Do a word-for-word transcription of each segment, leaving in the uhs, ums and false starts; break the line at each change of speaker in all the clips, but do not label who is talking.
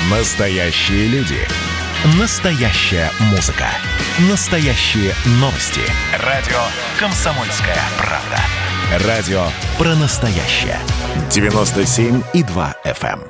Настоящие люди. Настоящая музыка. Настоящие новости. Радио «Комсомольская правда». Радио про настоящее. девяносто семь и два эф эм.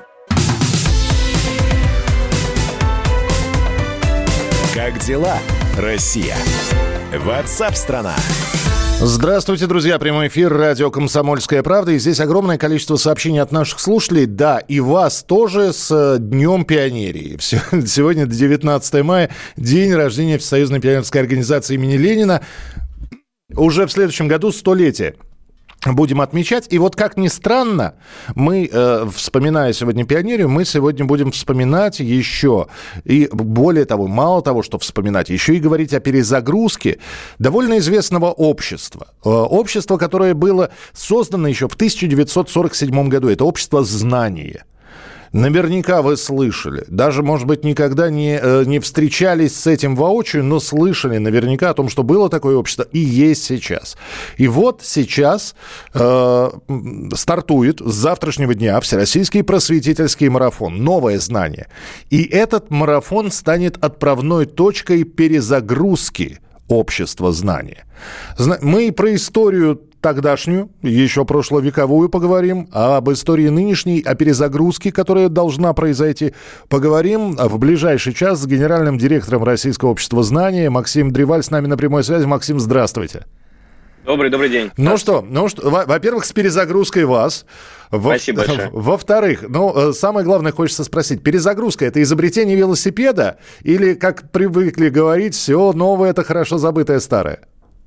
Как дела, Россия? Ватсап-страна!
Здравствуйте, друзья. Прямой эфир радио «Комсомольская правда». И здесь огромное количество сообщений от наших слушателей. Да, и вас тоже с Днем пионерии. Сегодня девятнадцатое мая, день рождения Всесоюзной пионерской организации имени Ленина. Уже в следующем году столетие будем отмечать. И вот как ни странно, мы, э, вспоминая сегодня пионерию, мы сегодня будем вспоминать еще, и более того, мало того, что вспоминать, еще и говорить о перезагрузке довольно известного общества. Э, общество, которое было создано еще в тысяча девятьсот сорок седьмом году. Это общество знания. Наверняка вы слышали, даже, может быть, никогда не, не встречались с этим воочию, но слышали наверняка о том, что было такое общество и есть сейчас. И вот сейчас э, стартует с завтрашнего дня Всероссийский просветительский марафон «Новое знание». И этот марафон станет отправной точкой перезагрузки общества знания. Мы про историю тогдашнюю, еще прошловековую поговорим, а об истории нынешней, о перезагрузке, которая должна произойти, поговорим в ближайший час с генеральным директором Российского общества знания Максим Древаль с нами на прямой связи. Максим, здравствуйте.
Добрый, добрый день.
Ну что, ну что, во-первых, с перезагрузкой вас. Во-
Спасибо большое.
Во-вторых, ну, самое главное, хочется спросить, перезагрузка – это изобретение велосипеда или, как привыкли говорить, все новое – это хорошо забытое старое?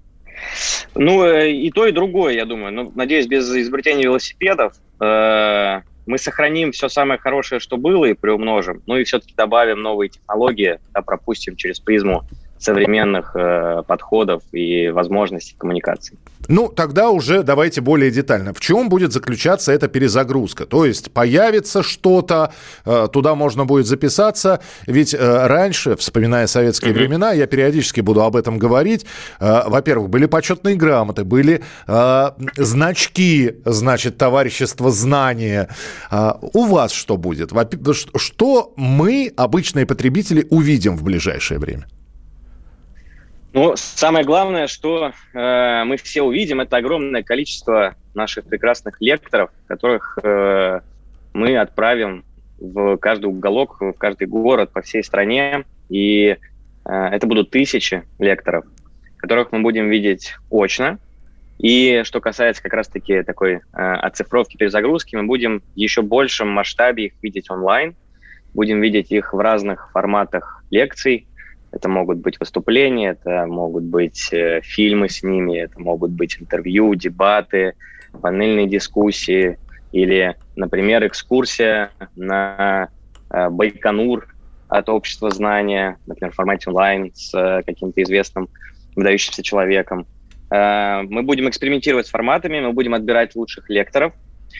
Ну, и то, и другое, я думаю. Ну, надеюсь, без изобретения велосипедов э, мы сохраним все самое хорошее, что было, и приумножим. Ну и все-таки добавим новые технологии, да, пропустим через призму современных э, подходов и возможностей коммуникации.
Ну, тогда уже давайте более детально. В чем будет заключаться эта перезагрузка? То есть появится что-то, э, туда можно будет записаться. Ведь э, раньше, вспоминая советские mm-hmm. времена, я периодически буду об этом говорить. Э, во-первых, были почетные грамоты, были э, значки, значит, товарищество знания. Э, у вас что будет? Что мы, обычные потребители, увидим в ближайшее время?
Ну, самое главное, что э, мы все увидим, это огромное количество наших прекрасных лекторов, которых э, мы отправим в каждый уголок, в каждый город по всей стране. И э, это будут тысячи лекторов, которых мы будем видеть очно. И что касается как раз-таки такой э, оцифровки, перезагрузки, мы будем в еще большем масштабе их видеть онлайн, будем видеть их в разных форматах лекций. Это могут быть выступления, это могут быть э, фильмы с ними, это могут быть интервью, дебаты, панельные дискуссии или, например, экскурсия на э, Байконур от общества знания, например, в формате онлайн с э, каким-то известным выдающимся человеком. Э, мы будем экспериментировать с форматами, мы будем отбирать лучших лекторов,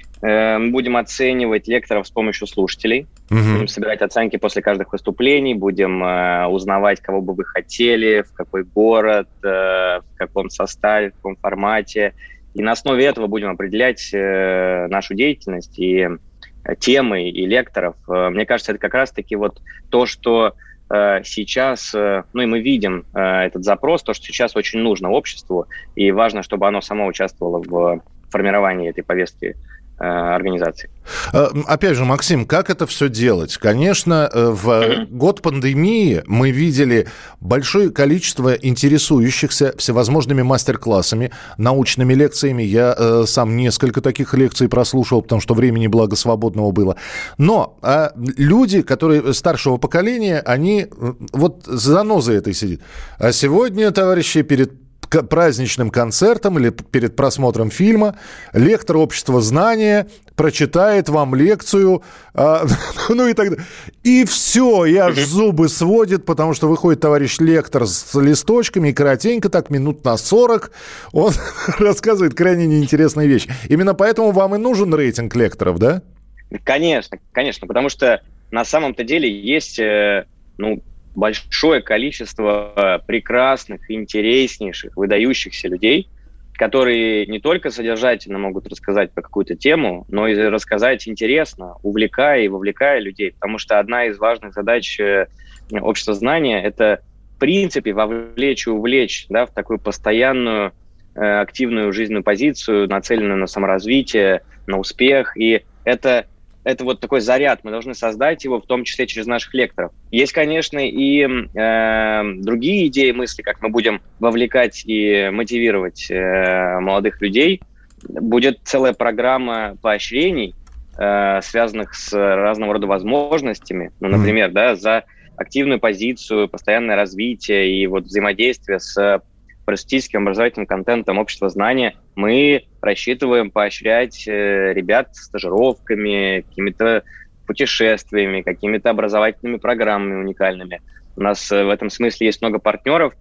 э, мы будем оценивать лекторов с помощью слушателей. Mm-hmm. Будем собирать оценки после каждых выступлений, будем э, узнавать, кого бы вы хотели, в какой город, э, в каком составе, в каком формате. И на основе этого будем определять э, нашу деятельность и э, темы, и лекторов. Э, мне кажется, это как раз-таки вот то, что э, сейчас, э, ну и мы видим э, этот запрос, то, что сейчас очень нужно обществу, и важно, чтобы оно само участвовало в формировании этой повестки организации.
Опять же, Максим, как это все делать? Конечно, в mm-hmm. год пандемии мы видели большое количество интересующихся всевозможными мастер-классами, научными лекциями. Я э, сам несколько таких лекций прослушал, потому что времени благо свободного было. Но э, люди, которые старшего поколения, они вот занозой этой сидят. А сегодня, товарищи, перед праздничным концертом или перед просмотром фильма лектор общества знания прочитает вам лекцию, а, ну и так далее. И все, и аж зубы сводит, потому что выходит товарищ лектор с листочками, и коротенько, так минут на сорок, он рассказывает крайне неинтересные вещи. Именно поэтому вам и нужен рейтинг лекторов, да?
Конечно, конечно, потому что на самом-то деле есть, ну, большое количество прекрасных, интереснейших, выдающихся людей, которые не только содержательно могут рассказать про какую-то тему, но и рассказать интересно, увлекая и вовлекая людей. Потому что одна из важных задач общества знания – это, в принципе, вовлечь и увлечь, да, в такую постоянную э, активную жизненную позицию, нацеленную на саморазвитие, на успех. И это, это вот такой заряд. Мы должны создать его, в том числе через наших лекторов. Есть, конечно, и э, другие идеи, мысли, как мы будем вовлекать и мотивировать э, молодых людей. Будет целая программа поощрений, э, связанных с разного рода возможностями. Ну, например, mm. да, за активную позицию, постоянное развитие и вот взаимодействие с просветительским образовательным контентом общества знания мы рассчитываем поощрять э, ребят стажировками, какими-то путешествиями, какими-то образовательными программами уникальными. У нас э, в этом смысле есть много партнеров,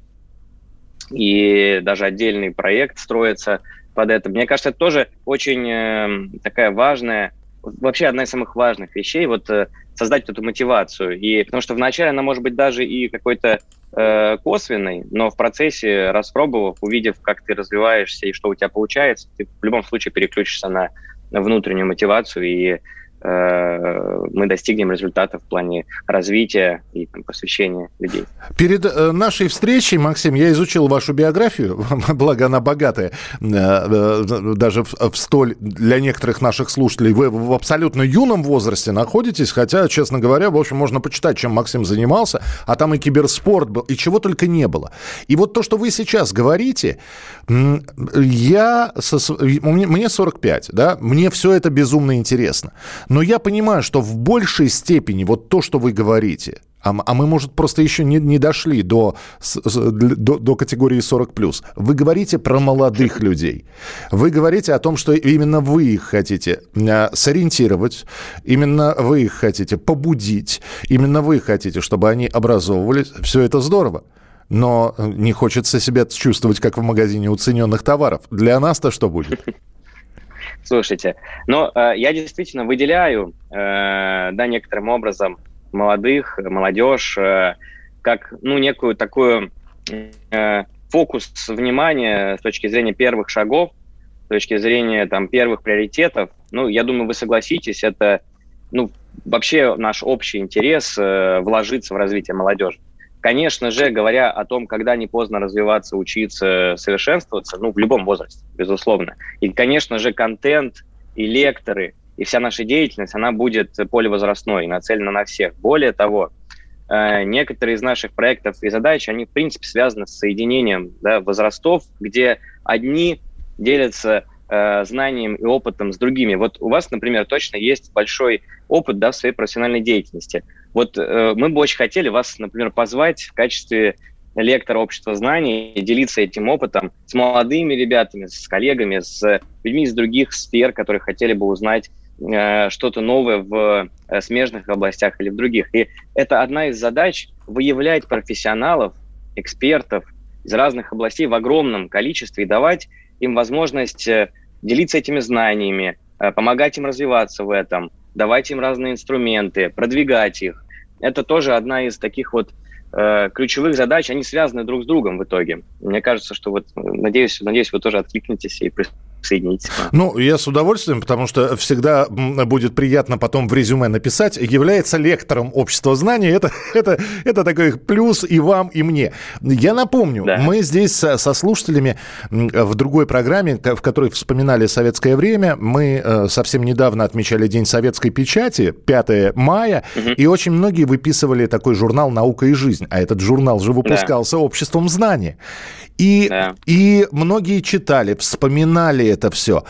и даже отдельный проект строится под это. Мне кажется, это тоже очень э, такая важная, вообще одна из самых важных вещей, вот э, создать эту мотивацию. И, потому что вначале она может быть даже и какой-то э, косвенной, но в процессе, распробовав, увидев, как ты развиваешься и что у тебя получается, ты в любом случае переключишься на, на внутреннюю мотивацию, и э, мы достигнем результата в плане развития и там, просвещения людей.
Перед э, нашей встречей, Максим, я изучил вашу биографию, благо она богатая, э, э, даже в, в столь, для некоторых наших слушателей, вы в абсолютно юном возрасте находитесь, хотя, честно говоря, в общем, можно почитать, чем Максим занимался, а там и киберспорт был, и чего только не было. И вот то, что вы сейчас говорите, я, со, мне сорок пять, да, мне все это безумно интересно. Но я понимаю, что в большей степени вот то, что вы говорите, а, а мы, может, просто еще не, не дошли до, до, до категории сорок плюс, вы говорите про молодых людей. Вы говорите о том, что именно вы их хотите сориентировать, именно вы их хотите побудить, именно вы хотите, чтобы они образовывались. Все это здорово. Но не хочется себя чувствовать, как в магазине уцененных товаров. Для нас-то что будет?
Слушайте, но э, я действительно выделяю, э, да, некоторым образом молодых, молодежь, э, как, ну, некую такую э, фокус внимания с точки зрения первых шагов, с точки зрения, там, первых приоритетов. Ну, я думаю, вы согласитесь, это, ну, вообще наш общий интерес э, вложиться в развитие молодежи. Конечно же, говоря о том, когда не поздно развиваться, учиться, совершенствоваться, ну, в любом возрасте, безусловно. И, конечно же, контент и лекторы, и вся наша деятельность, она будет поливозрастной, нацелена на всех. Более того, э, некоторые из наших проектов и задач, они, в принципе, связаны с соединением, да, возрастов, где одни делятся э, знанием и опытом с другими. Вот у вас, например, точно есть большой опыт, да, в своей профессиональной деятельности. Вот э, мы бы очень хотели вас, например, позвать в качестве лектора общества знаний и делиться этим опытом с молодыми ребятами, с коллегами, с людьми из других сфер, которые хотели бы узнать э, что-то новое в э, смежных областях или в других. И это одна из задач – выявлять профессионалов, экспертов из разных областей в огромном количестве и давать им возможность э, делиться этими знаниями, э, помогать им развиваться в этом, давать им разные инструменты, продвигать их. Это тоже одна из таких вот э, ключевых задач. Они связаны друг с другом в итоге. Мне кажется, что вот, надеюсь, надеюсь, вы тоже откликнетесь и присоединитесь.
Ну, я с удовольствием, потому что всегда будет приятно потом в резюме написать, является лектором общества знаний. Это, это, это такой плюс и вам, и мне. Я напомню, да. Мы здесь со, со слушателями в другой программе, в которой вспоминали советское время, мы совсем недавно отмечали День советской печати, пятое мая, угу. И очень многие выписывали такой журнал «Наука и жизнь», а этот журнал же выпускался да. обществом знания. И, да. и многие читали, вспоминали это все.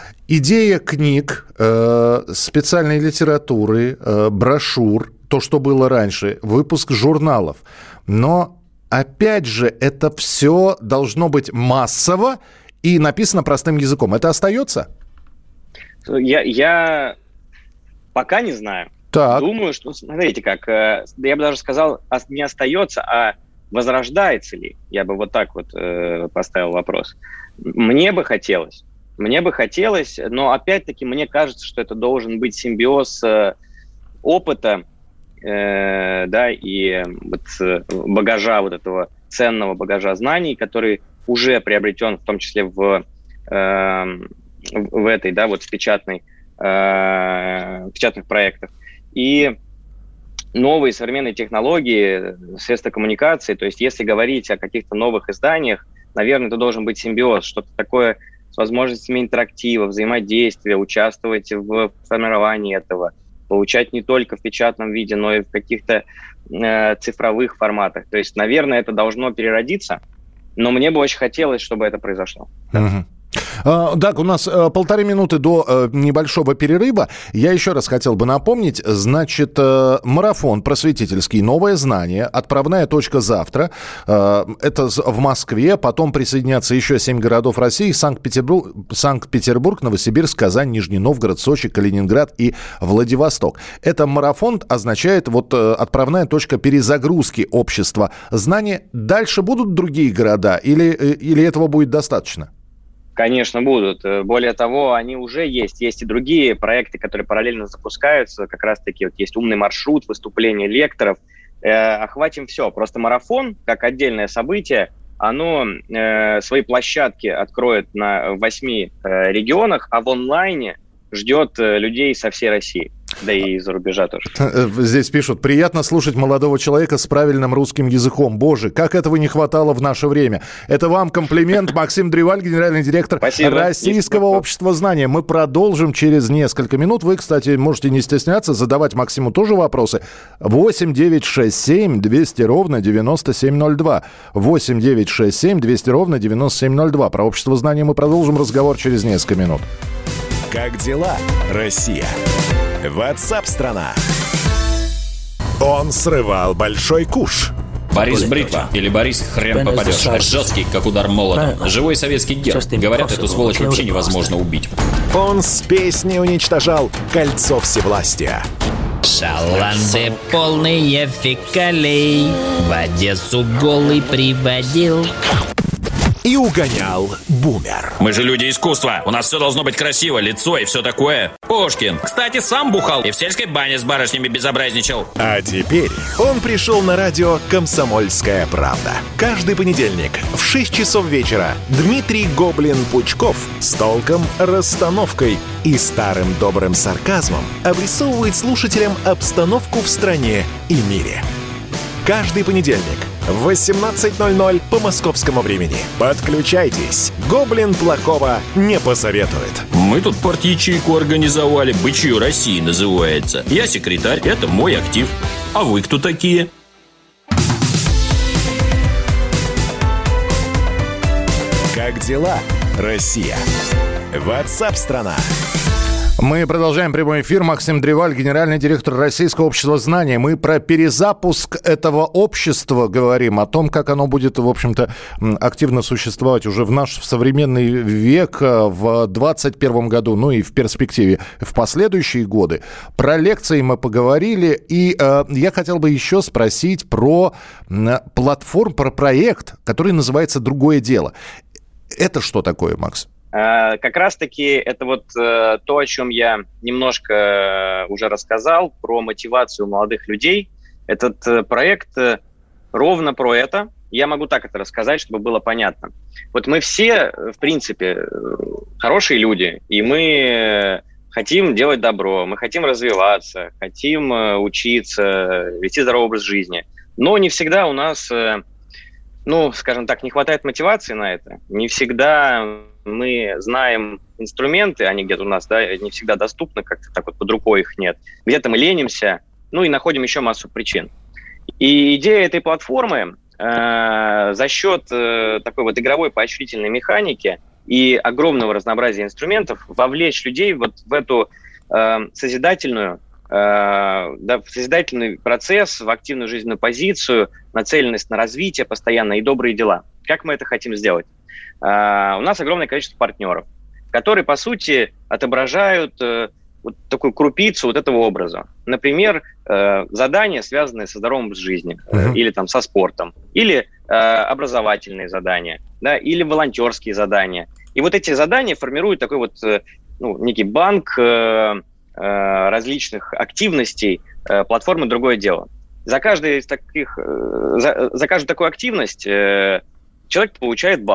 Идея книг, э, специальной литературы, э, брошюр, то, что было раньше, выпуск журналов. Но, опять же, это все должно быть массово и написано простым языком. Это остается?
Я, я пока не знаю.
Так.
Думаю, что, смотрите как, э, я бы даже сказал, не остается, а возрождается ли? Я бы вот так вот э, поставил вопрос. Мне бы хотелось. Мне бы хотелось, но опять-таки мне кажется, что это должен быть симбиоз э, опыта, э, да, и вот, э, багажа, вот этого ценного багажа знаний, который уже приобретен, в том числе в э, в этой, да, вот в печатной, э, печатных проектах. И новые современные технологии, средства коммуникации, то есть если говорить о каких-то новых изданиях, наверное, это должен быть симбиоз, что-то такое с возможностями интерактива, взаимодействия, участвовать в формировании этого, получать не только в печатном виде, но и в каких-то э, цифровых форматах. То есть, наверное, это должно переродиться, но мне бы очень хотелось, чтобы это произошло.
Угу. Так, у нас полторы минуты до небольшого перерыва. Я еще раз хотел бы напомнить, значит, марафон просветительский «Новое знание», отправная точка завтра. Это в Москве, потом присоединятся еще семь городов России: Санкт-Петербург, Санкт-Петербург, Новосибирск, Казань, Нижний Новгород, Сочи, Калининград и Владивосток. Это марафон означает вот отправная точка перезагрузки общества знания. Дальше будут другие города или, или этого будет достаточно?
Конечно, будут. Более того, они уже есть. Есть и другие проекты, которые параллельно запускаются. Как раз-таки вот есть умный маршрут, выступления лекторов. Э, охватим все. Просто марафон, как отдельное событие, оно э, свои площадки откроет на восьми э, регионах, а в онлайне ждет э, людей со всей России. Да и из-за рубежа тоже.
Здесь пишут: приятно слушать молодого человека с правильным русским языком. Боже, как этого не хватало в наше время. Это вам комплимент. Максим Древаль, генеральный директор Спасибо. Российского Спасибо. Общества знания. Мы продолжим через несколько минут. Вы, кстати, можете не стесняться задавать Максиму тоже вопросы. восемь девятьсот шестьдесят семь двести ровно девяносто семь ноль два. восемь девятьсот шестьдесят семь двести ровно девяносто семь ноль два. Про общество знания мы продолжим разговор через несколько минут.
Как дела, Россия? WhatsApp-страна. Он срывал большой куш.
Борис Бритва или Борис Хрен попадешь. Жесткий, как удар молотом. Живой советский герб. Говорят, эту сволочь вообще невозможно убить.
Он с песней уничтожал кольцо всевластия.
Шаланды полные фекалей в Одессу голый приводил.
И угонял бумер.
Мы же люди искусства. У нас все должно быть красиво, лицо и все такое. Пушкин, кстати, сам бухал и в сельской бане с барышнями безобразничал.
А теперь он пришел на радио «Комсомольская правда». Каждый понедельник в шесть часов вечера Дмитрий Гоблин-Пучков с толком, расстановкой и старым добрым сарказмом обрисовывает слушателям обстановку в стране и мире. Каждый понедельник в восемнадцать ноль ноль по московскому времени. Подключайтесь. Гоблин плохого не посоветует.
Мы тут парт-ячейку организовали. «Бычью России» называется. Я секретарь, это мой актив. А вы кто такие?
Как дела, Россия? WhatsApp-страна.
Мы продолжаем прямой эфир. Максим Древаль, генеральный директор Российского общества знания. Мы про перезапуск этого общества говорим, о том, как оно будет, в общем-то, активно существовать уже в наш в современный век, в двадцать первом году, ну и в перспективе в последующие годы. Про лекции мы поговорили, и э, я хотел бы еще спросить про платформу, про проект, который называется «Другое дело». Это что такое, Макс?
Как раз-таки это вот то, о чем я немножко уже рассказал, про мотивацию молодых людей. Этот проект ровно про это. Я могу так это рассказать, чтобы было понятно. Вот мы все, в принципе, хорошие люди, и мы хотим делать добро, мы хотим развиваться, хотим учиться, вести здоровый образ жизни. Но не всегда у нас, ну, скажем так, не хватает мотивации на это. Не всегда мы знаем инструменты, они где-то у нас, да, не всегда доступны, как-то так вот под рукой их нет. Где-то мы ленимся, ну и находим еще массу причин. И идея этой платформы э, за счет э, такой вот игровой поощрительной механики и огромного разнообразия инструментов вовлечь людей вот в эту э, созидательную, э, да, в созидательный процесс, в активную жизненную позицию, нацеленность на развитие постоянно и добрые дела. Как мы это хотим сделать? Uh, у нас огромное количество партнеров, которые, по сути, отображают uh, вот такую крупицу вот этого образа. Например, uh, задания, связанные со здоровым образом жизни, uh-huh. uh, или там со спортом, или uh, образовательные задания, да, или волонтерские задания. И вот эти задания формируют такой вот uh, ну, некий банк uh, uh, различных активностей uh, платформы «Другое дело». За, каждый из таких, uh, за, за каждую такую активность uh, человек получает баллы.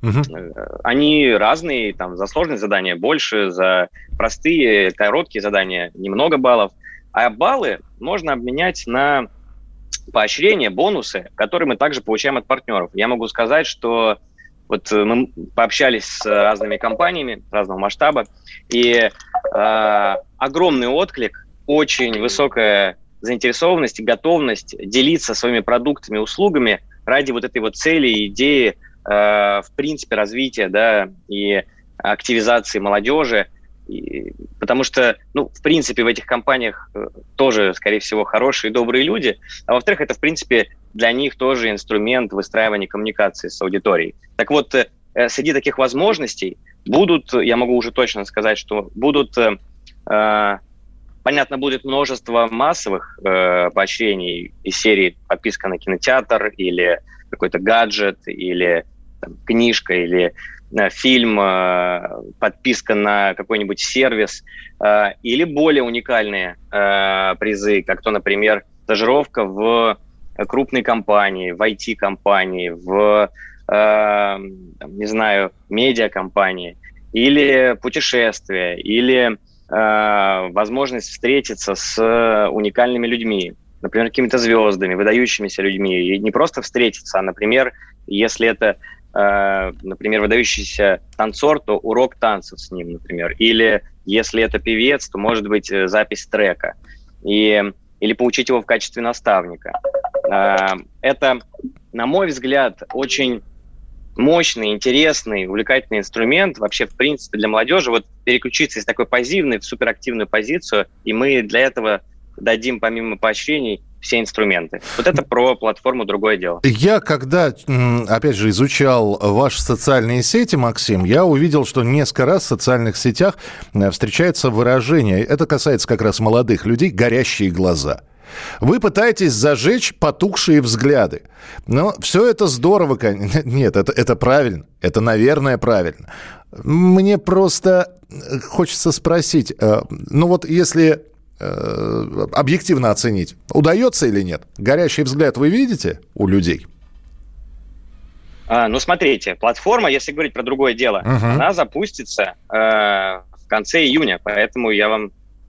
Угу. Они разные, там, за сложные задания больше, за простые, короткие задания немного баллов. А баллы можно обменять на поощрения, бонусы, которые мы также получаем от партнеров. Я могу сказать, что вот мы пообщались с разными компаниями разного масштаба, и э, огромный отклик, очень высокая заинтересованность и готовность делиться своими продуктами, услугами ради вот этой вот цели, идеи, э, в принципе, развития, да, и активизации молодежи. И, потому что, ну, в принципе, в этих компаниях тоже, скорее всего, хорошие и добрые люди. А во-вторых, это, в принципе, для них тоже инструмент выстраивания коммуникации с аудиторией. Так вот, э, среди таких возможностей будут, я могу уже точно сказать, что будут, э, э, понятно, будет множество массовых э, поощрений из серии подписка на кинотеатр или какой-то гаджет, или там, книжка, или фильм, подписка на какой-нибудь сервис, или более уникальные призы, как то, например, стажировка в крупной компании, в ай ти-компании, в, не знаю, медиакомпании, или путешествие, или возможность встретиться с уникальными людьми, например, какими-то звездами, выдающимися людьми, и не просто встретиться, а, например, если это например, выдающийся танцор, то урок танцев с ним, например. Или если это певец, то может быть запись трека. И, или поучить его в качестве наставника. Это, на мой взгляд, очень мощный, интересный, увлекательный инструмент вообще, в принципе, для молодежи. Вот переключиться из такой пассивной в суперактивную позицию, и мы для этого дадим, помимо поощрений, все инструменты. Вот это про платформу «Другое дело».
Я, когда, опять же, изучал ваши социальные сети, Максим, я увидел, что несколько раз в социальных сетях встречается выражение, это касается как раз молодых людей, «горящие глаза». Вы пытаетесь зажечь потухшие взгляды. Но все это здорово. Нет, это, это правильно. Это, наверное, правильно. Мне просто хочется спросить, ну вот если объективно оценить, удается или нет? Горящий взгляд вы видите у людей?
А, ну, смотрите, платформа, если говорить про «Другое дело», uh-huh. она запустится э, в конце июня, поэтому я вам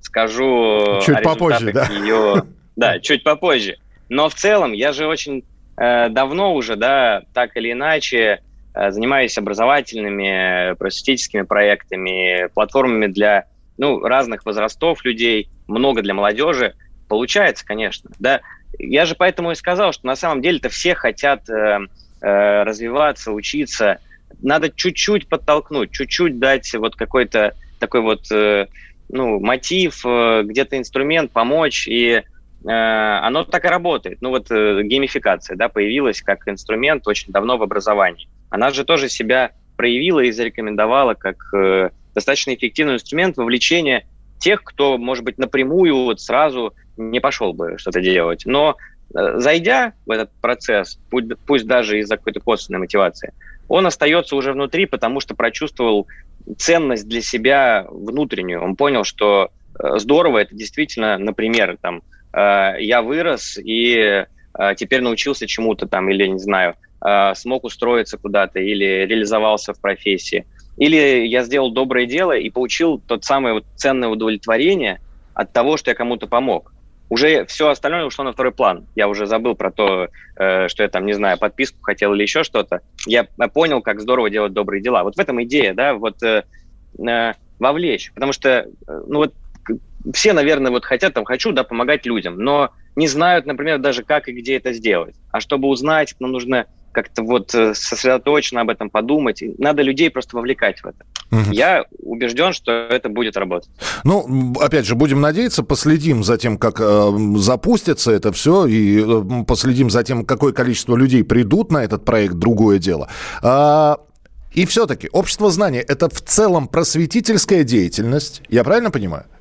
скажу
чуть
о
попозже, да?
ее... Да, чуть попозже. Но в целом я же очень э, давно уже, да, так или иначе э, занимаюсь образовательными, просветительскими проектами, платформами для ну, разных возрастов людей, много для молодежи. Получается, конечно, да. Я же поэтому и сказал, что на самом деле-то все хотят э, э, развиваться, учиться. Надо чуть-чуть подтолкнуть, чуть-чуть дать вот какой-то такой вот э, ну, мотив, э, где-то инструмент, помочь, и э, оно так и работает. Ну вот э, геймификация, да, появилась как инструмент очень давно в образовании. Она же тоже себя проявила и зарекомендовала как э, достаточно эффективный инструмент вовлечения тех, кто, может быть, напрямую вот сразу не пошел бы что-то делать. Но э, зайдя в этот процесс, пусть, пусть даже из-за какой-то косвенной мотивации, он остается уже внутри, потому что прочувствовал ценность для себя внутреннюю. Он понял, что э, здорово, это действительно, например, там, э, я вырос и э, теперь научился чему-то там, или, не знаю, э, смог устроиться куда-то, или реализовался в профессии. Или я сделал доброе дело и получил тот самое вот ценное удовлетворение от того, что я кому-то помог. Уже все остальное ушло на второй план. Я уже забыл про то, э, что я там, не знаю, подписку хотел или еще что-то. Я понял, как здорово делать добрые дела. Вот в этом идея, да, вот э, э, вовлечь. Потому что, э, ну вот, все, наверное, вот хотят, там, хочу, да, помогать людям, но не знают, например, даже как и где это сделать. А чтобы узнать, ну, нужно как-то вот сосредоточенно об этом подумать. Надо людей просто вовлекать в это. Угу. Я убежден, что это будет работать.
Ну, опять же, будем надеяться, последим за тем, как э, запустится это все, и э, последим за тем, какое количество людей придут на этот проект, другое дело. А, и все-таки общество знания – это в целом просветительская деятельность, я правильно понимаю?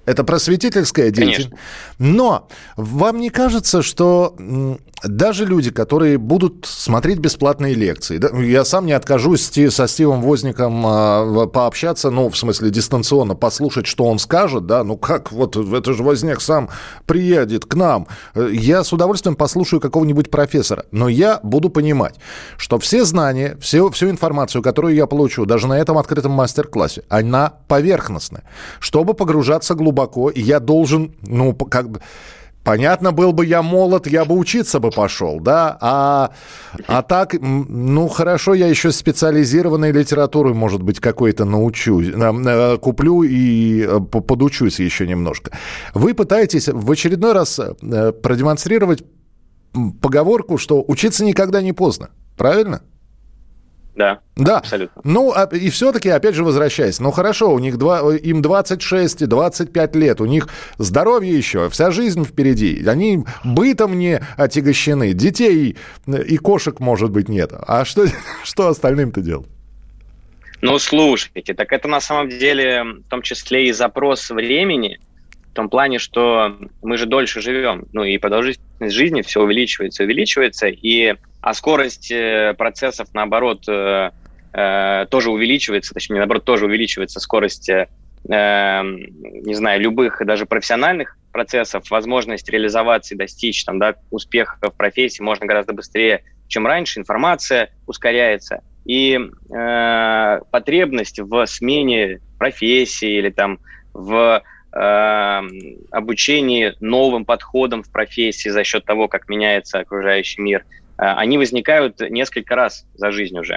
Это просветительская деятельность.
Конечно.
Но вам не кажется, что даже люди, которые будут смотреть бесплатные лекции, да, я сам не откажусь со Стивом Возником а, пообщаться, ну, в смысле, дистанционно, послушать, что он скажет, да, ну как, вот это же Возняк сам приедет к нам. Я с удовольствием послушаю какого-нибудь профессора, но я буду понимать, что все знания, все, всю информацию, которую я получу, даже на этом открытом мастер-классе, она поверхностная. Чтобы погружаться глубоко, глубоко, и я должен, ну, как бы, понятно, был бы я молод, я бы учиться бы пошел, да, а, а так, ну, хорошо, я еще специализированной литературой, может быть, какой-то научусь, куплю и подучусь еще немножко. Вы пытаетесь в очередной раз продемонстрировать поговорку, что учиться никогда не поздно, правильно?
Да,
да,
абсолютно.
Ну, и все-таки, опять же, возвращаясь, ну, хорошо, у них два, им двадцать шесть двадцать пять лет, у них здоровье еще, вся жизнь впереди, они бытом не отягощены, детей и кошек, может быть, нет. А что, что остальным-то делать?
Ну, слушайте, так это на самом деле в том числе и запрос времени, в том плане, что мы же дольше живем, ну, и продолжительность жизни все увеличивается, увеличивается, и а скорость процессов, наоборот, э, э, тоже увеличивается, точнее, наоборот, тоже увеличивается скорость, э, не знаю, любых даже профессиональных процессов, возможность реализоваться и достичь там, да, успеха в профессии можно гораздо быстрее, чем раньше, информация ускоряется, и э, потребность в смене профессии или там в э, обучении новым подходам в профессии за счет того, как меняется окружающий мир, они возникают несколько раз за жизнь уже.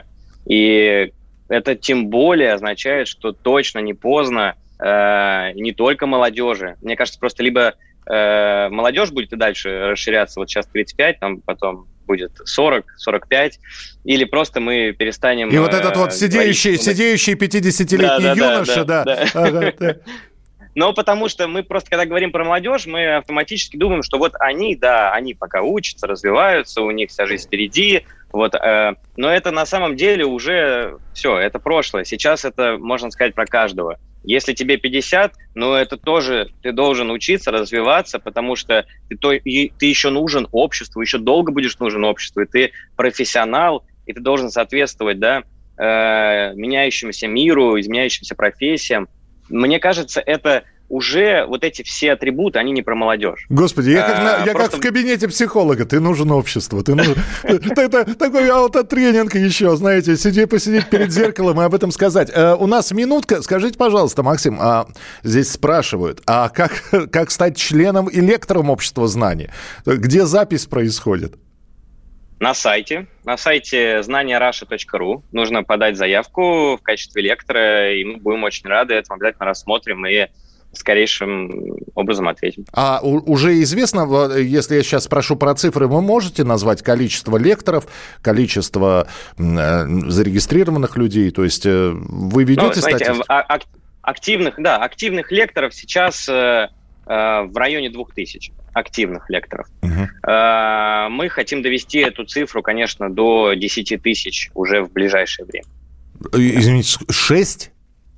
И это тем более означает, что точно не поздно э, не только молодежи. Мне кажется, просто либо э, молодежь будет и дальше расширяться, вот сейчас тридцать пять, там потом будет сорок, сорок пять, или просто мы перестанем...
И вот этот вот сидеющий, говорить, сидеющий пятидесятилетний да, да, юноша, да. да, да. Ага, да.
Но потому что мы просто, когда говорим про молодежь, мы автоматически думаем, что вот они, да, они пока учатся, развиваются, у них вся жизнь впереди, вот, э, но это на самом деле уже все, это прошлое. Сейчас это, можно сказать, про каждого. Если тебе пятьдесят, ну это тоже, ты должен учиться, развиваться, потому что ты, то, и, ты еще нужен обществу, еще долго будешь нужен обществу, и ты профессионал, и ты должен соответствовать, да, э, меняющемуся миру, изменяющимся профессиям. Мне кажется, это уже вот эти все атрибуты, они не про молодежь.
Господи, я как, на, я просто... как в кабинете психолога. Ты нужен обществу. Ты нужен... Это такой аутотренинг еще, знаете, сидеть, посидеть перед зеркалом и об этом сказать. У нас минутка. Скажите, пожалуйста, Максим, здесь спрашивают, а как стать членом и лектором общества знаний? Где запись происходит?
На сайте. На сайте знания раша точка ру нужно подать заявку в качестве лектора, и мы будем очень рады этому, обязательно рассмотрим и скорейшим образом ответим.
А у- уже известно, если я сейчас спрошу про цифры, вы можете назвать количество лекторов, количество э, зарегистрированных людей? То есть э, вы ведете ну, знаете, статистику?
А- активных, да, активных лекторов сейчас э, э, в районе двух тысяч. Активных лекторов. Uh-huh. Мы хотим довести эту цифру, конечно, до десять тысяч уже в ближайшее время.
Извините, шесть?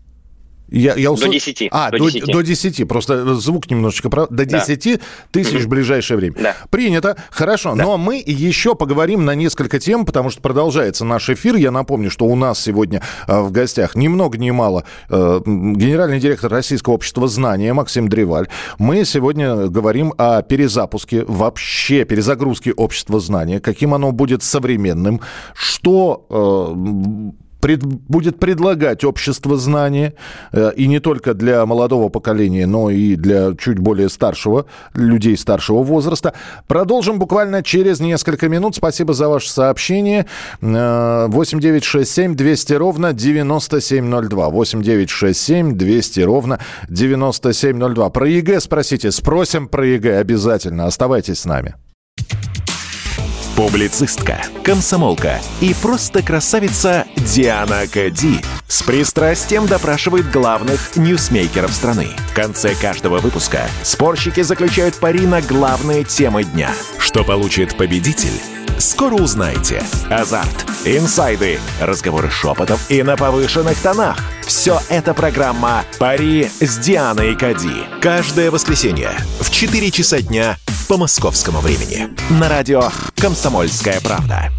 Я, я усл...
До десяти.
А, до, до, до десяти. Просто звук немножечко... До да. десяти тысяч в ближайшее время.
Да.
Принято. Хорошо. Да. Но мы еще поговорим на несколько тем, потому что продолжается наш эфир. Я напомню, что у нас сегодня э, в гостях ни много ни мало э, генеральный директор Российского общества знания Максим Древаль. Мы сегодня говорим о перезапуске, вообще перезагрузке общества знания, каким оно будет современным, что... Э, Пред, будет предлагать общество знания, э, и не только для молодого поколения, но и для чуть более старшего, людей старшего возраста. Продолжим буквально через несколько минут. Спасибо за ваше сообщение. Э, восемь девятьсот шестьдесят семь двести ровно девяносто семь ноль два. восемь девятьсот шестьдесят семь двести ровно девяносто семь ноль два. Про ЕГЭ спросите. Спросим про ЕГЭ обязательно. Оставайтесь с нами.
Публицистка, комсомолка и просто красавица Диана Кади с пристрастием допрашивает главных ньюсмейкеров страны. В конце каждого выпуска спорщики заключают пари на главные темы дня. Что получит победитель? Скоро узнаете. Азарт, инсайды, разговоры шепотов и на повышенных тонах. Все это программа «Пари с Дианой Кади». Каждое воскресенье в четыре часа дня по московскому времени. На радио «Комсомольская правда».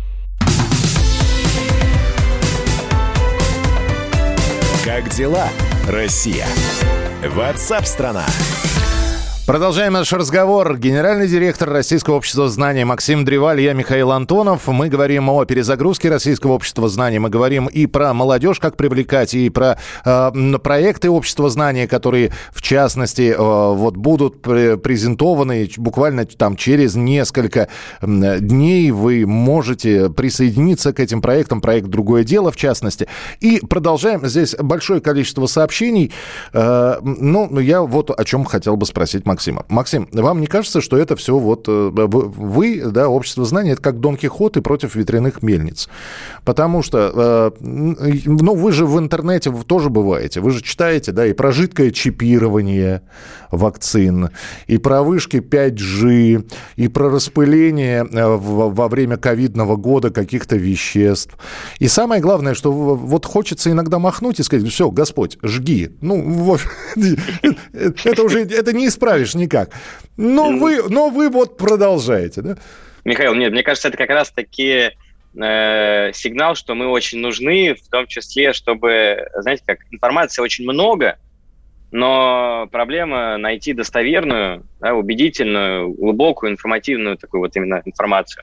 Как дела, Россия? Ватсап-страна!
Продолжаем наш разговор. Генеральный директор Российского общества знаний Максим Древаль, я Михаил Антонов. Мы говорим о перезагрузке Российского общества знаний. Мы говорим и про молодежь, как привлекать, и про э, проекты общества знаний, которые, в частности, э, вот будут презентованы буквально там через несколько дней. Вы можете присоединиться к этим проектам. Проект «Другое дело», в частности. И продолжаем. Здесь большое количество сообщений. Э, ну, я вот о чем хотел бы спросить Максима. Максима. Максим, вам не кажется, что это все вот вы, да, общество знаний, это как Дон Кихот и против ветряных мельниц? Потому что, ну, вы же в интернете тоже бываете, вы же читаете, да, и про жидкое чипирование вакцин, и про вышки пять джи, и про распыление во время ковидного года каких-то веществ. И самое главное, что вот хочется иногда махнуть и сказать: все, Господь, жги. Ну, вот, это уже, это не исправишь никак. Но вы, но вы вот продолжаете, да?
Михаил, нет, мне кажется, это как раз-таки э, сигнал, что мы очень нужны, в том числе, чтобы, знаете, как информации очень много, но проблема найти достоверную, да, убедительную, глубокую, информативную такую вот именно информацию.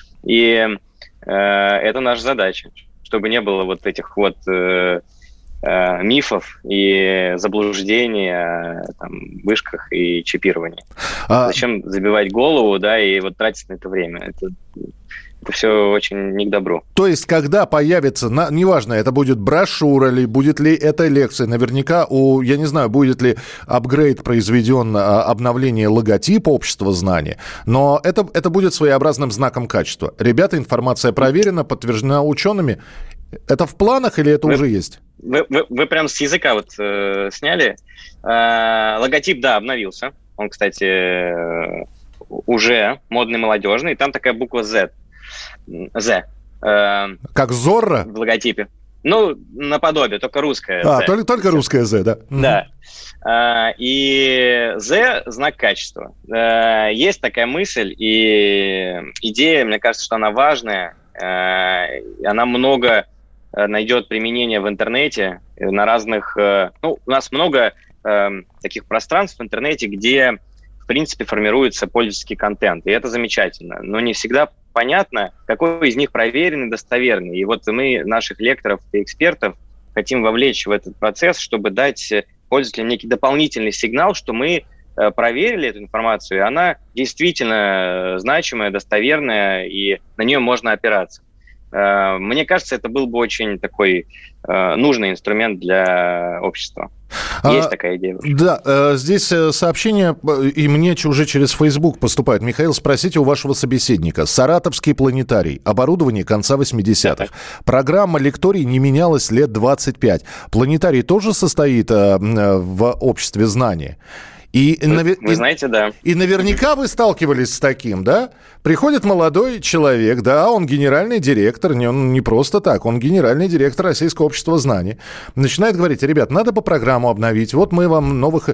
И э, это наша задача, чтобы не было вот этих вот э, э, мифов и заблуждений о там, вышках и чипировании. А... Зачем забивать голову, да, и вот тратить на это время? Это... Это все очень не к добру.
То есть, когда появится, на, неважно, это будет брошюра или будет ли это лекция, наверняка, у, я не знаю, будет ли апгрейд произведен, обновление логотипа общества знаний, но это, это будет своеобразным знаком качества. Ребята, информация проверена, подтверждена учеными. Это в планах или это вы, уже есть?
Вы, вы, вы прям с языка вот э, сняли. Э, логотип, да, обновился. Он, кстати, э, уже модный, молодежный. И там такая буква Z. Z. Э,
как Зорро?
В логотипе. Ну, наподобие, только русская
А, Z. только, только русская Z, да?
Да. Э, и Z – знак качества. Э, есть такая мысль и идея, мне кажется, что она важная. Э, она много найдет применения в интернете, на разных... Э, ну, у нас много э, таких пространств в интернете, где, в принципе, формируется пользовательский контент. И это замечательно. Но не всегда понятно, какой из них проверенный, достоверный. И вот мы наших лекторов и экспертов хотим вовлечь в этот процесс, чтобы дать пользователям некий дополнительный сигнал, что мы проверили эту информацию, и она действительно значимая, достоверная, и на нее можно опираться. Мне кажется, это был бы очень такой нужный инструмент для общества. Есть а, такая идея.
Да, здесь сообщение, и мне уже через Facebook поступает. Михаил, спросите у вашего собеседника. Саратовский планетарий. Оборудование конца восьмидесятых. Программа лекторий не менялась лет двадцать пять. Планетарий тоже состоит в обществе знания? И,
вы, навер... вы знаете, да.
И наверняка вы сталкивались с таким, да? Приходит молодой человек, да, он генеральный директор, не, он не просто так, он генеральный директор Российского общества знаний. Начинает говорить: ребят, надо по программу обновить, вот мы вам новых...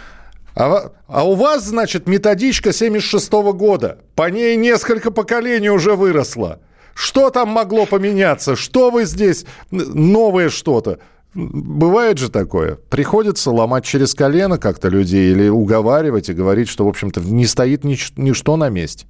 А, а у вас, значит, методичка семьдесят шестого года, по ней несколько поколений уже выросло. Что там могло поменяться? Что вы здесь? Новое что-то? Бывает же такое. Приходится ломать через колено как-то людей или уговаривать и говорить, что, в общем-то, не стоит нич- ничто на месте.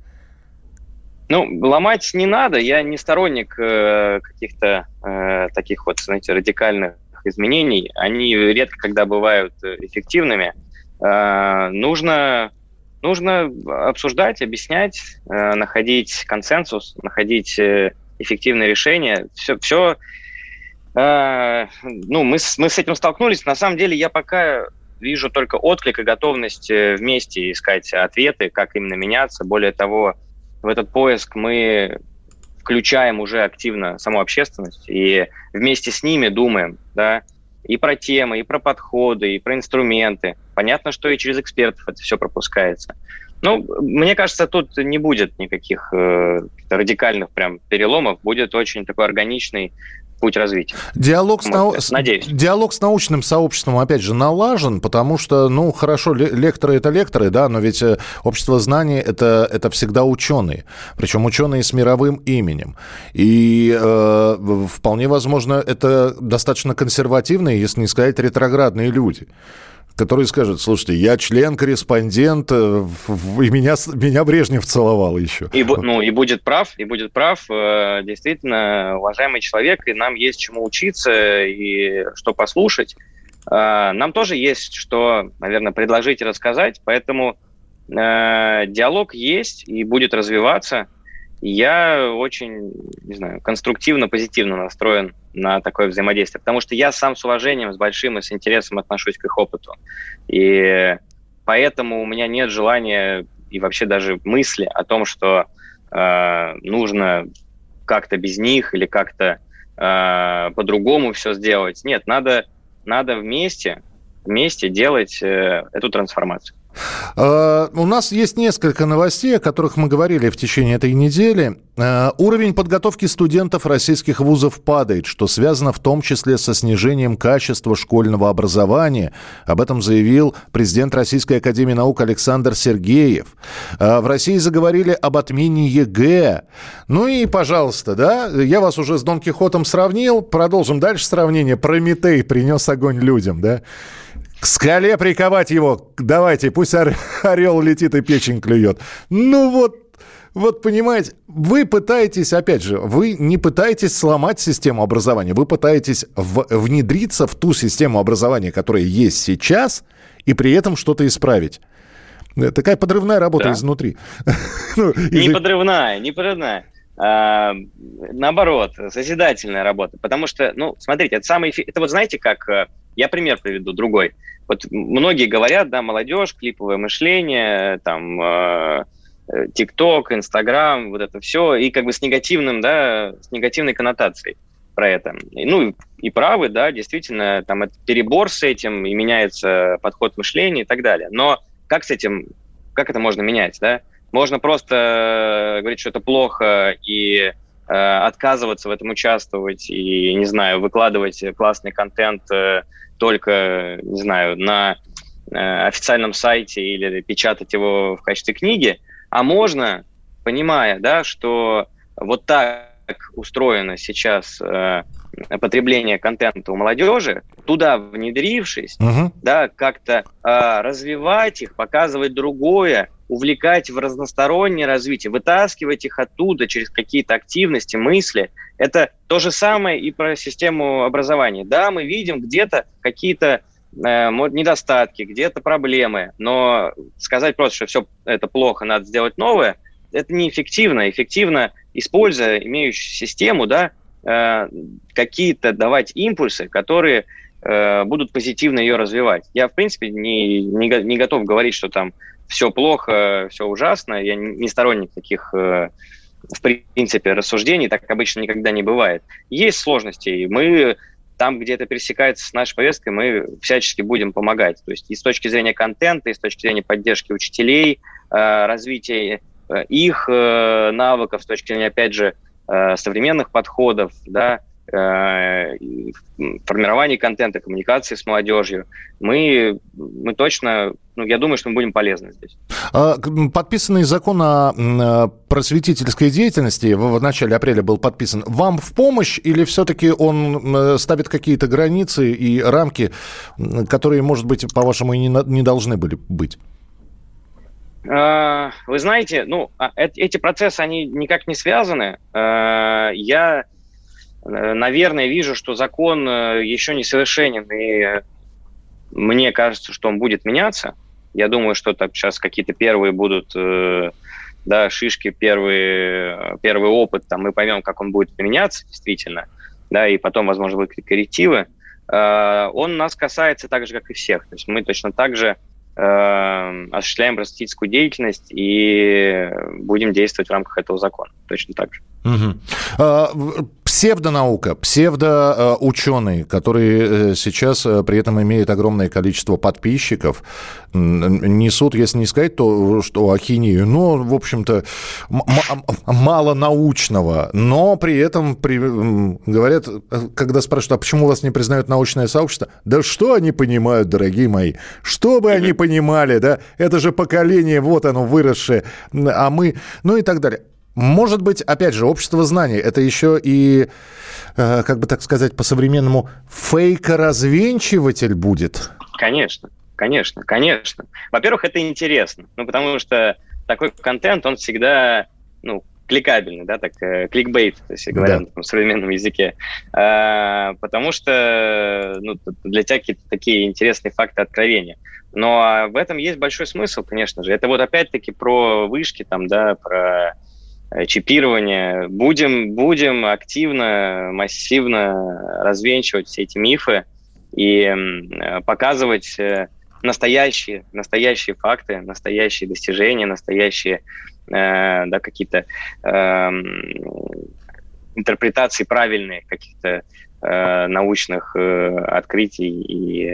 Ну, ломать не надо. Я не сторонник э, каких-то э, таких вот, знаете, радикальных изменений. Они редко когда бывают эффективными. Э, нужно, нужно обсуждать, объяснять, э, находить консенсус, находить э, эффективные решения. Все, все э, ну, мы, мы с этим столкнулись. На самом деле я пока вижу только отклик и готовность вместе искать ответы, как именно меняться. Более того, в этот поиск мы включаем уже активно саму общественность и вместе с ними думаем, да, и про темы, и про подходы, и про инструменты. Понятно, что и через экспертов это все пропускается. Ну, мне кажется, тут не будет никаких э, радикальных прям переломов, будет очень такой органичный путь развития.
Диалог с, нау...
Надеюсь.
Диалог с научным сообществом, опять же, налажен, потому что, ну, хорошо, лекторы — это лекторы, да, но ведь общество знаний — это, это всегда ученые, причем ученые с мировым именем. И э, вполне возможно, это достаточно консервативные, если не сказать ретроградные люди, которые скажут: слушайте, я член-корреспондент, и меня, меня Брежнев целовал еще.
И, ну, и будет прав, и будет прав, действительно, уважаемый человек, и нам есть чему учиться, и что послушать. Нам тоже есть что, наверное, предложить и рассказать, поэтому диалог есть и будет развиваться. Я очень, не знаю, конструктивно, позитивно настроен на такое взаимодействие, потому что я сам с уважением, с большим и с интересом отношусь к их опыту. И поэтому у меня нет желания и вообще даже мысли о том, что э, нужно как-то без них или как-то э, по-другому все сделать. Нет, надо, надо вместе, вместе делать э, эту трансформацию.
Uh, у нас есть несколько новостей, о которых мы говорили в течение этой недели. Uh, уровень подготовки студентов российских вузов падает, что связано в том числе со снижением качества школьного образования. Об этом заявил президент Российской академии наук Александр Сергеев. Uh, в России заговорили об отмене ЕГЭ. Ну и, пожалуйста, да, я вас уже с Дон Кихотом сравнил. Продолжим дальше сравнение. Прометей принес огонь людям, да? К скале приковать его, давайте, пусть орел летит и печень клюет. Ну вот, вот понимаете, вы пытаетесь, опять же, вы не пытаетесь сломать систему образования, вы пытаетесь в, внедриться в ту систему образования, которая есть сейчас, и при этом что-то исправить. Такая подрывная работа, да, изнутри.
Не подрывная, не подрывная. А, наоборот, созидательная работа. Потому что, ну, смотрите, это самый... Это вот знаете, как... Я пример приведу, другой. Вот многие говорят, да, молодежь, клиповое мышление, там, ТикТок, Инстаграм, вот это все, и как бы с негативным, да, с негативной коннотацией про это. И, ну, и правы, да, действительно, там, это перебор с этим, и меняется подход мышления и так далее. Но как с этим, как это можно менять, да? Можно просто говорить, что это плохо, и э, отказываться в этом участвовать, и, не знаю, выкладывать классный контент э, только, не знаю, на э, официальном сайте или печатать его в качестве книги. А можно, понимая, да, что вот так устроено сейчас э, потребление контента у молодежи, туда внедрившись, uh-huh. да, как-то э, развивать их, показывать другое, увлекать в разностороннее развитие, вытаскивать их оттуда через какие-то активности, мысли. Это то же самое и про систему образования. Да, мы видим где-то какие-то э, недостатки, где-то проблемы, но сказать просто, что все это плохо, надо сделать новое, это неэффективно. Эффективно, используя имеющую систему, да, э, какие-то давать импульсы, которые э, будут позитивно ее развивать. Я, в принципе, не, не, не готов говорить, что там все плохо, все ужасно. Я не сторонник таких, э, в принципе, рассуждений. Так обычно никогда не бывает. Есть сложности, и мы там, где это пересекается с нашей повесткой, мы всячески будем помогать. То есть и с точки зрения контента, и с точки зрения поддержки учителей, э, развития их э, навыков, с точки зрения, опять же, э, современных подходов, да, э, формирования контента, коммуникации с молодежью, мы, мы точно, ну, я думаю, что мы будем полезны здесь.
Подписанный закон о просветительской деятельности в начале апреля был подписан. Вам в помощь или все-таки он ставит какие-то границы и рамки, которые, может быть, по-вашему, и не, не должны были быть?
Вы знаете, ну, эти процессы, они никак не связаны. Я, наверное, вижу, что закон еще не совершенен, и мне кажется, что он будет меняться. Я думаю, что там сейчас какие-то первые будут, да, шишки, первый, первый опыт, там мы поймем, как он будет применяться действительно, да, и потом, возможно, будут коррективы. Он нас касается так же, как и всех. То есть мы точно так же э, осуществляем просветительскую деятельность и будем действовать в рамках этого закона. Точно так же.
Угу. А, псевдонаука, псевдоученые, которые сейчас при этом имеют огромное количество подписчиков, несут, если не сказать, то что ахинею, но, в общем-то, м- м- мало научного, но при этом при, говорят, когда спрашивают, а почему вас не признают научное сообщество? Да что они понимают, дорогие мои? Что бы они понимали, да? Это же поколение, вот оно, выросшее, а мы, ну и так далее. Может быть, опять же, общество знаний – это еще и, э, как бы так сказать, по-современному, фейкоразвенчиватель будет?
Конечно, конечно, конечно. Во-первых, это интересно, ну, потому что такой контент, он всегда, ну, кликабельный, да, так, э, кликбейт, если говоря да. на современном языке, э, потому что, ну, для тебя какие-то такие интересные факты откровения. Но в этом есть большой смысл, конечно же. Это вот опять-таки про вышки, там, да, про чипирование. Будем, будем активно, массивно развенчивать все эти мифы и показывать настоящие, настоящие факты, настоящие достижения, настоящие э, да, какие-то э, интерпретации правильные каких-то э, научных э, открытий и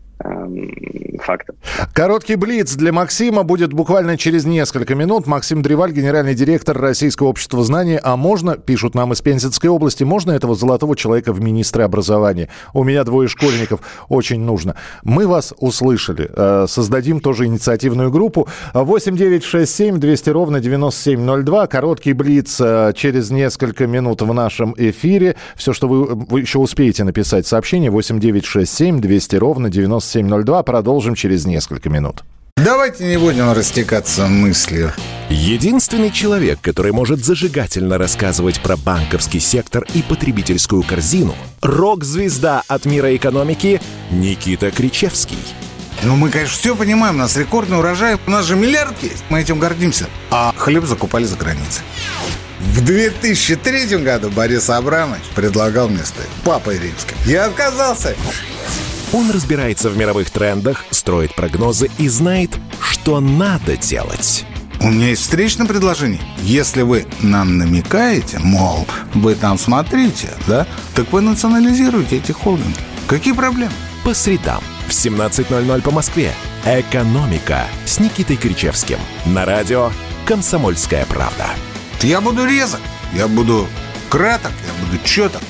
фактов.
Короткий блиц для Максима будет буквально через несколько минут. Максим Древаль, генеральный директор Российского общества знаний. А можно, пишут нам из Пензенской области, можно этого золотого человека в министры образования? У меня двое школьников, очень нужно. Мы вас услышали. Создадим тоже инициативную группу. восемь девятьсот шестьдесят семь двести ровно девяносто семь ноль два. Короткий блиц через несколько минут в нашем эфире. Все, что вы, вы еще успеете написать сообщение. восемь девятьсот шестьдесят семь двести ровно девяносто семь ноль два. Продолжим через несколько минут.
Давайте не будем растекаться мыслью.
Единственный человек, который может зажигательно рассказывать про банковский сектор и потребительскую корзину, рок-звезда от мира экономики Никита Кричевский.
Ну, мы, конечно, все понимаем, у нас рекордный урожай, у нас же миллиард есть, мы этим гордимся. А хлеб закупали за границей. В две тысячи третьем году Борис Абрамович предлагал мне стать папой римским. Я отказался.
Он разбирается в мировых трендах, строит прогнозы и знает, что надо делать.
У меня есть встречное предложение. Если вы нам намекаете, мол, вы там смотрите, да, так вы национализируете эти холдинги. Какие проблемы?
По средам в семнадцать ноль ноль по Москве. «Экономика» с Никитой Кричевским. На радио «Комсомольская правда».
Я буду резок, я буду краток, я буду четок.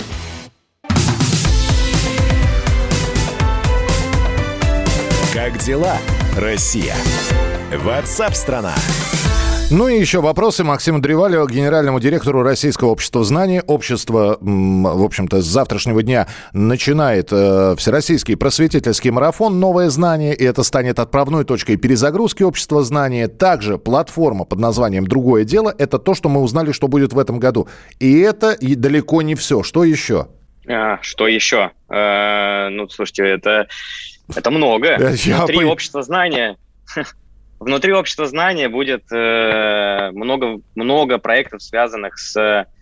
Как дела, Россия? Ватсап-страна!
Ну и еще вопросы Максиму Древалю, генеральному директору Российского общества знаний. Общество, в общем-то, с завтрашнего дня начинает э, всероссийский просветительский марафон «Новое знание», и это станет отправной точкой перезагрузки общества знания. Также платформа под названием «Другое дело» — это то, что мы узнали, что будет в этом году. И это и далеко не все. Что еще?
А, что еще? Э, ну, слушайте, это... Это много. Я Внутри по... общества знания, внутри общества знания будет э, много, много проектов, связанных с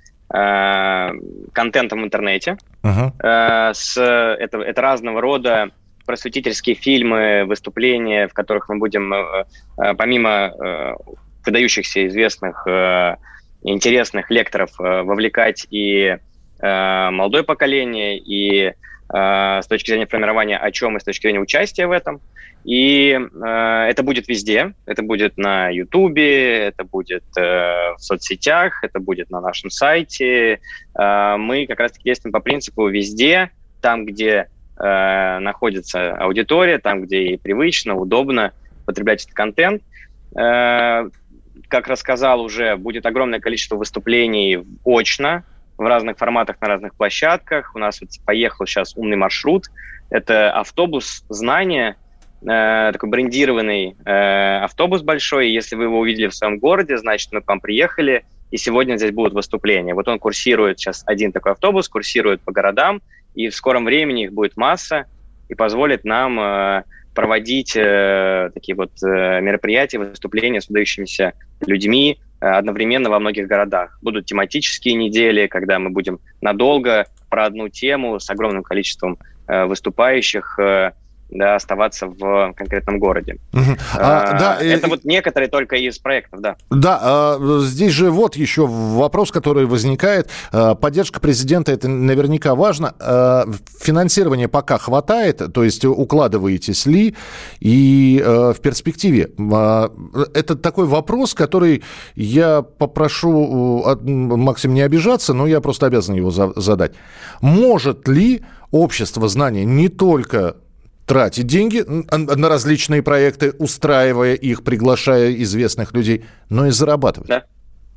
э, контентом в интернете. Uh-huh. Э, с, это, это разного рода просветительские фильмы, выступления, в которых мы будем, э, э, помимо э, выдающихся известных, э, интересных лекторов, э, вовлекать и э, молодое поколение, и с точки зрения формирования о чем и с точки зрения участия в этом. И э, это будет везде. Это будет на Ютубе, это будет э, в соцсетях, это будет на нашем сайте. Э, мы как раз-таки действуем по принципу везде, там, где э, находится аудитория, там, где ей привычно, удобно потреблять этот контент. Э, как рассказал уже, будет огромное количество выступлений очно, в разных форматах, на разных площадках. У нас вот поехал сейчас умный маршрут. Это автобус знания, э, такой брендированный э, автобус большой. Если вы его увидели в своем городе, значит, мы к вам приехали, и сегодня здесь будут выступления. Вот он курсирует, сейчас один такой автобус, курсирует по городам, и в скором времени их будет масса, и позволит нам э, проводить э, такие вот э, мероприятия, выступления с выдающимися людьми, одновременно во многих городах. Будут тематические недели, когда мы будем надолго про одну тему с огромным количеством э, выступающих э, да, оставаться в конкретном городе.
Uh-huh. А,
а,
да,
это
и...
вот некоторые только из проектов, да.
Да, а, здесь же вот еще вопрос, который возникает. А, поддержка президента, это наверняка важно. А, финансирования пока хватает, то есть укладываетесь ли? И а, в перспективе, а, это такой вопрос, который я попрошу Максим не обижаться, но я просто обязан его за- задать. Может ли общество знания не только тратить деньги на различные проекты, устраивая их, приглашая известных людей, но и зарабатывать?
Да,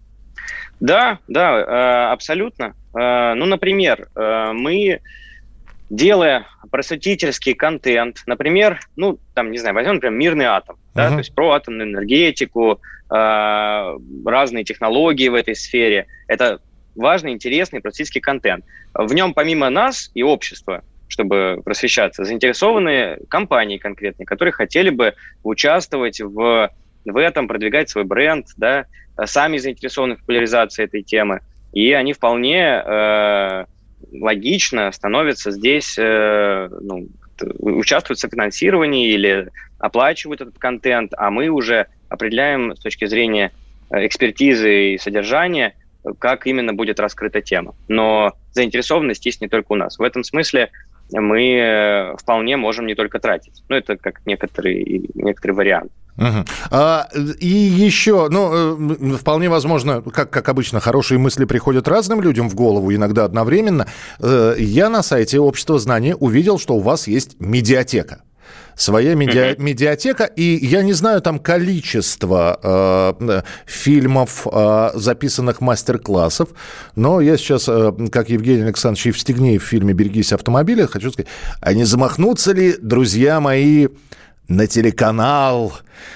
да, да, абсолютно. Ну, например, мы, делая просветительский контент, например, ну, там, не знаю, возьмем, например, «Мирный атом», да, uh-huh. то есть про атомную энергетику, разные технологии в этой сфере. Это важный, интересный просветительский контент. В нем помимо нас и общества, чтобы просвещаться, заинтересованные компании конкретные, которые хотели бы участвовать в, в этом, продвигать свой бренд, да, сами заинтересованы в популяризации этой темы. И они вполне э, логично становятся здесь, э, ну, участвуют в софинансировании или оплачивают этот контент, а мы уже определяем с точки зрения экспертизы и содержания, как именно будет раскрыта тема. Но заинтересованность есть не только у нас. В этом смысле мы вполне можем не только тратить. Ну, это как некоторый, некоторый вариант.
Угу. А, и еще, ну, вполне возможно, как, как обычно, хорошие мысли приходят разным людям в голову, иногда одновременно. Я на сайте Общества знания увидел, что у вас есть медиатека. Своя медиа, uh-huh. медиатека, и я не знаю там количество э, фильмов, э, записанных мастер-классов, но я сейчас, э, как Евгений Александрович Евстигнеев в фильме «Берегись автомобиля», хочу сказать, а не замахнуться ли, друзья мои, на телеканал?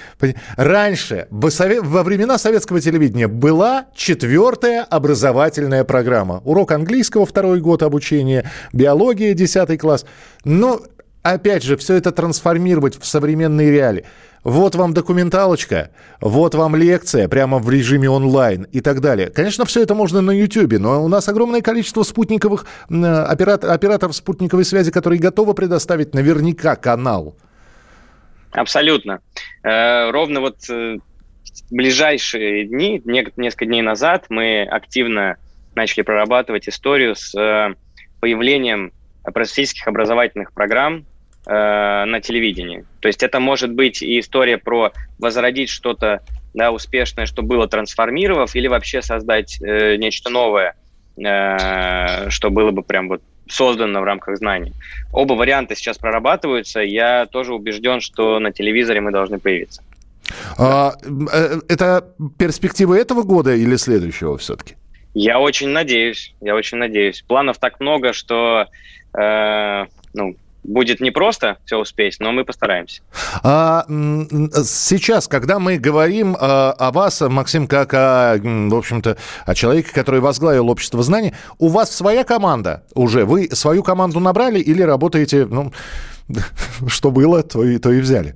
Раньше, во времена советского телевидения, была четвертая образовательная программа. Урок английского, второй год обучения, биология, десятый класс. Но опять же, все это трансформировать в современные реалии. Вот вам документалочка, вот вам лекция прямо в режиме онлайн и так далее. Конечно, все это можно на Ютьюбе, но у нас огромное количество спутниковых оператор, операторов спутниковой связи, которые готовы предоставить наверняка канал.
Абсолютно. Э, ровно вот э, в ближайшие дни, несколько дней назад, мы активно начали прорабатывать историю с э, появлением просветительских образовательных программ э, на телевидении. То есть это может быть и история про возродить что-то, да, успешное, что было, трансформировав, или вообще создать э, нечто новое, э, что было бы прям вот создано в рамках знаний. Оба варианта сейчас прорабатываются. Я тоже убежден, что на телевизоре мы должны появиться.
А, это перспективы этого года или следующего все-таки?
Я очень надеюсь. Я очень надеюсь. Планов так много, что э, ну, будет непросто все успеть, но мы постараемся.
А, сейчас, когда мы говорим а, о вас, Максим, как о, в общем-то, о человеке, который возглавил Общество знаний, у вас своя команда уже? Вы свою команду набрали или работаете, ну, что было, то и, то и взяли?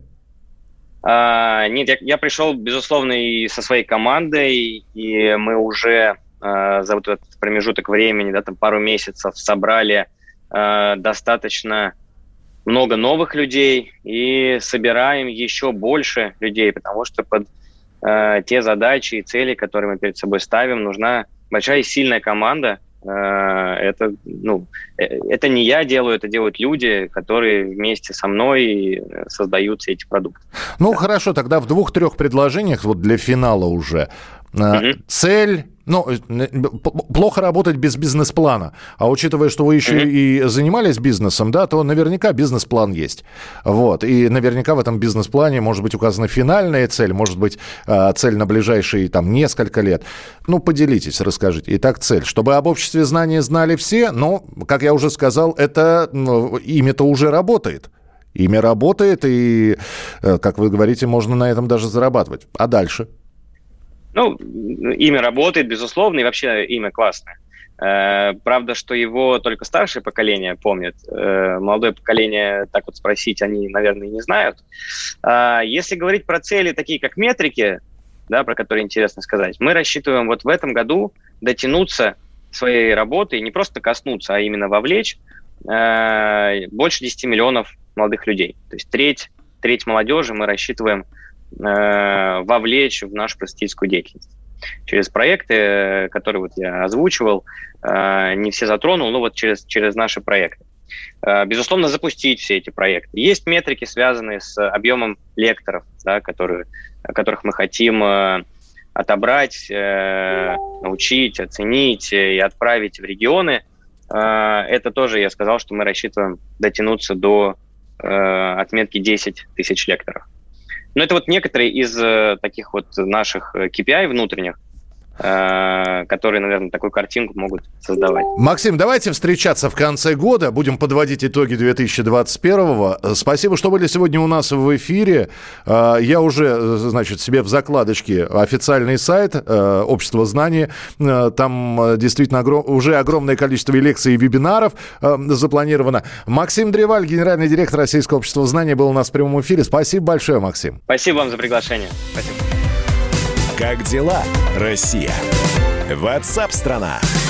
А, нет, я, я пришел, безусловно, и со своей командой, и мы уже а, за вот этот промежуток времени, да, там пару месяцев собрали а, достаточно много новых людей и собираем еще больше людей, потому что под э, те задачи и цели, которые мы перед собой ставим, нужна большая и сильная команда. Э, это, ну, э, это не я делаю, это делают люди, которые вместе со мной создают все эти продукты.
Ну, да. Хорошо, тогда в двух-трех предложениях вот для финала уже. Mm-hmm. Цель, ну, плохо работать без бизнес-плана, а учитывая, что вы еще mm-hmm. и занимались бизнесом, да, то наверняка бизнес-план есть. Вот, и наверняка в этом бизнес-плане может быть указана финальная цель, может быть цель на ближайшие там несколько лет. Ну, поделитесь, расскажите. Итак, цель. Чтобы об обществе знания знали все, но, как я уже сказал, это ну, имя-то уже работает. Имя работает, и, как вы говорите, можно на этом даже зарабатывать. А дальше?
Ну, имя работает, безусловно, и вообще имя классное. Э, правда, что его только старшее поколение помнит. Э, молодое поколение, так вот спросить, они, наверное, не знают. Э, если говорить про цели, такие как метрики, да, про которые интересно сказать, мы рассчитываем вот в этом году дотянуться своей работы, не просто коснуться, а именно вовлечь э, больше десять миллионов молодых людей. То есть треть, треть молодежи мы рассчитываем э, вовлечь в нашу просветительскую деятельность. Через проекты, которые вот я озвучивал, э, не все затронул, но вот через, через наши проекты. Э, безусловно, запустить все эти проекты. Есть метрики, связанные с объемом лекторов, да, которые, которых мы хотим э, отобрать, э, научить, оценить и отправить в регионы. Э, это тоже, я сказал, что мы рассчитываем дотянуться до э, отметки десять тысяч лекторов. Но это вот некоторые из э, таких вот наших кей пи ай внутренних, э, которые, наверное, такую картинку могут создавать.
Максим, давайте встречаться в конце года. Будем подводить итоги две тысячи двадцать первого. Спасибо, что были сегодня у нас в эфире. Э, я уже, значит, себе в закладочке официальный сайт э, Общества знаний. Э, там э, действительно огром... уже огромное количество лекций и вебинаров э, запланировано. Максим Древаль, генеральный директор Российского общества знаний, был у нас в прямом эфире. Спасибо большое, Максим.
Спасибо вам за приглашение. Спасибо.
Как дела, Россия? WhatsApp-страна.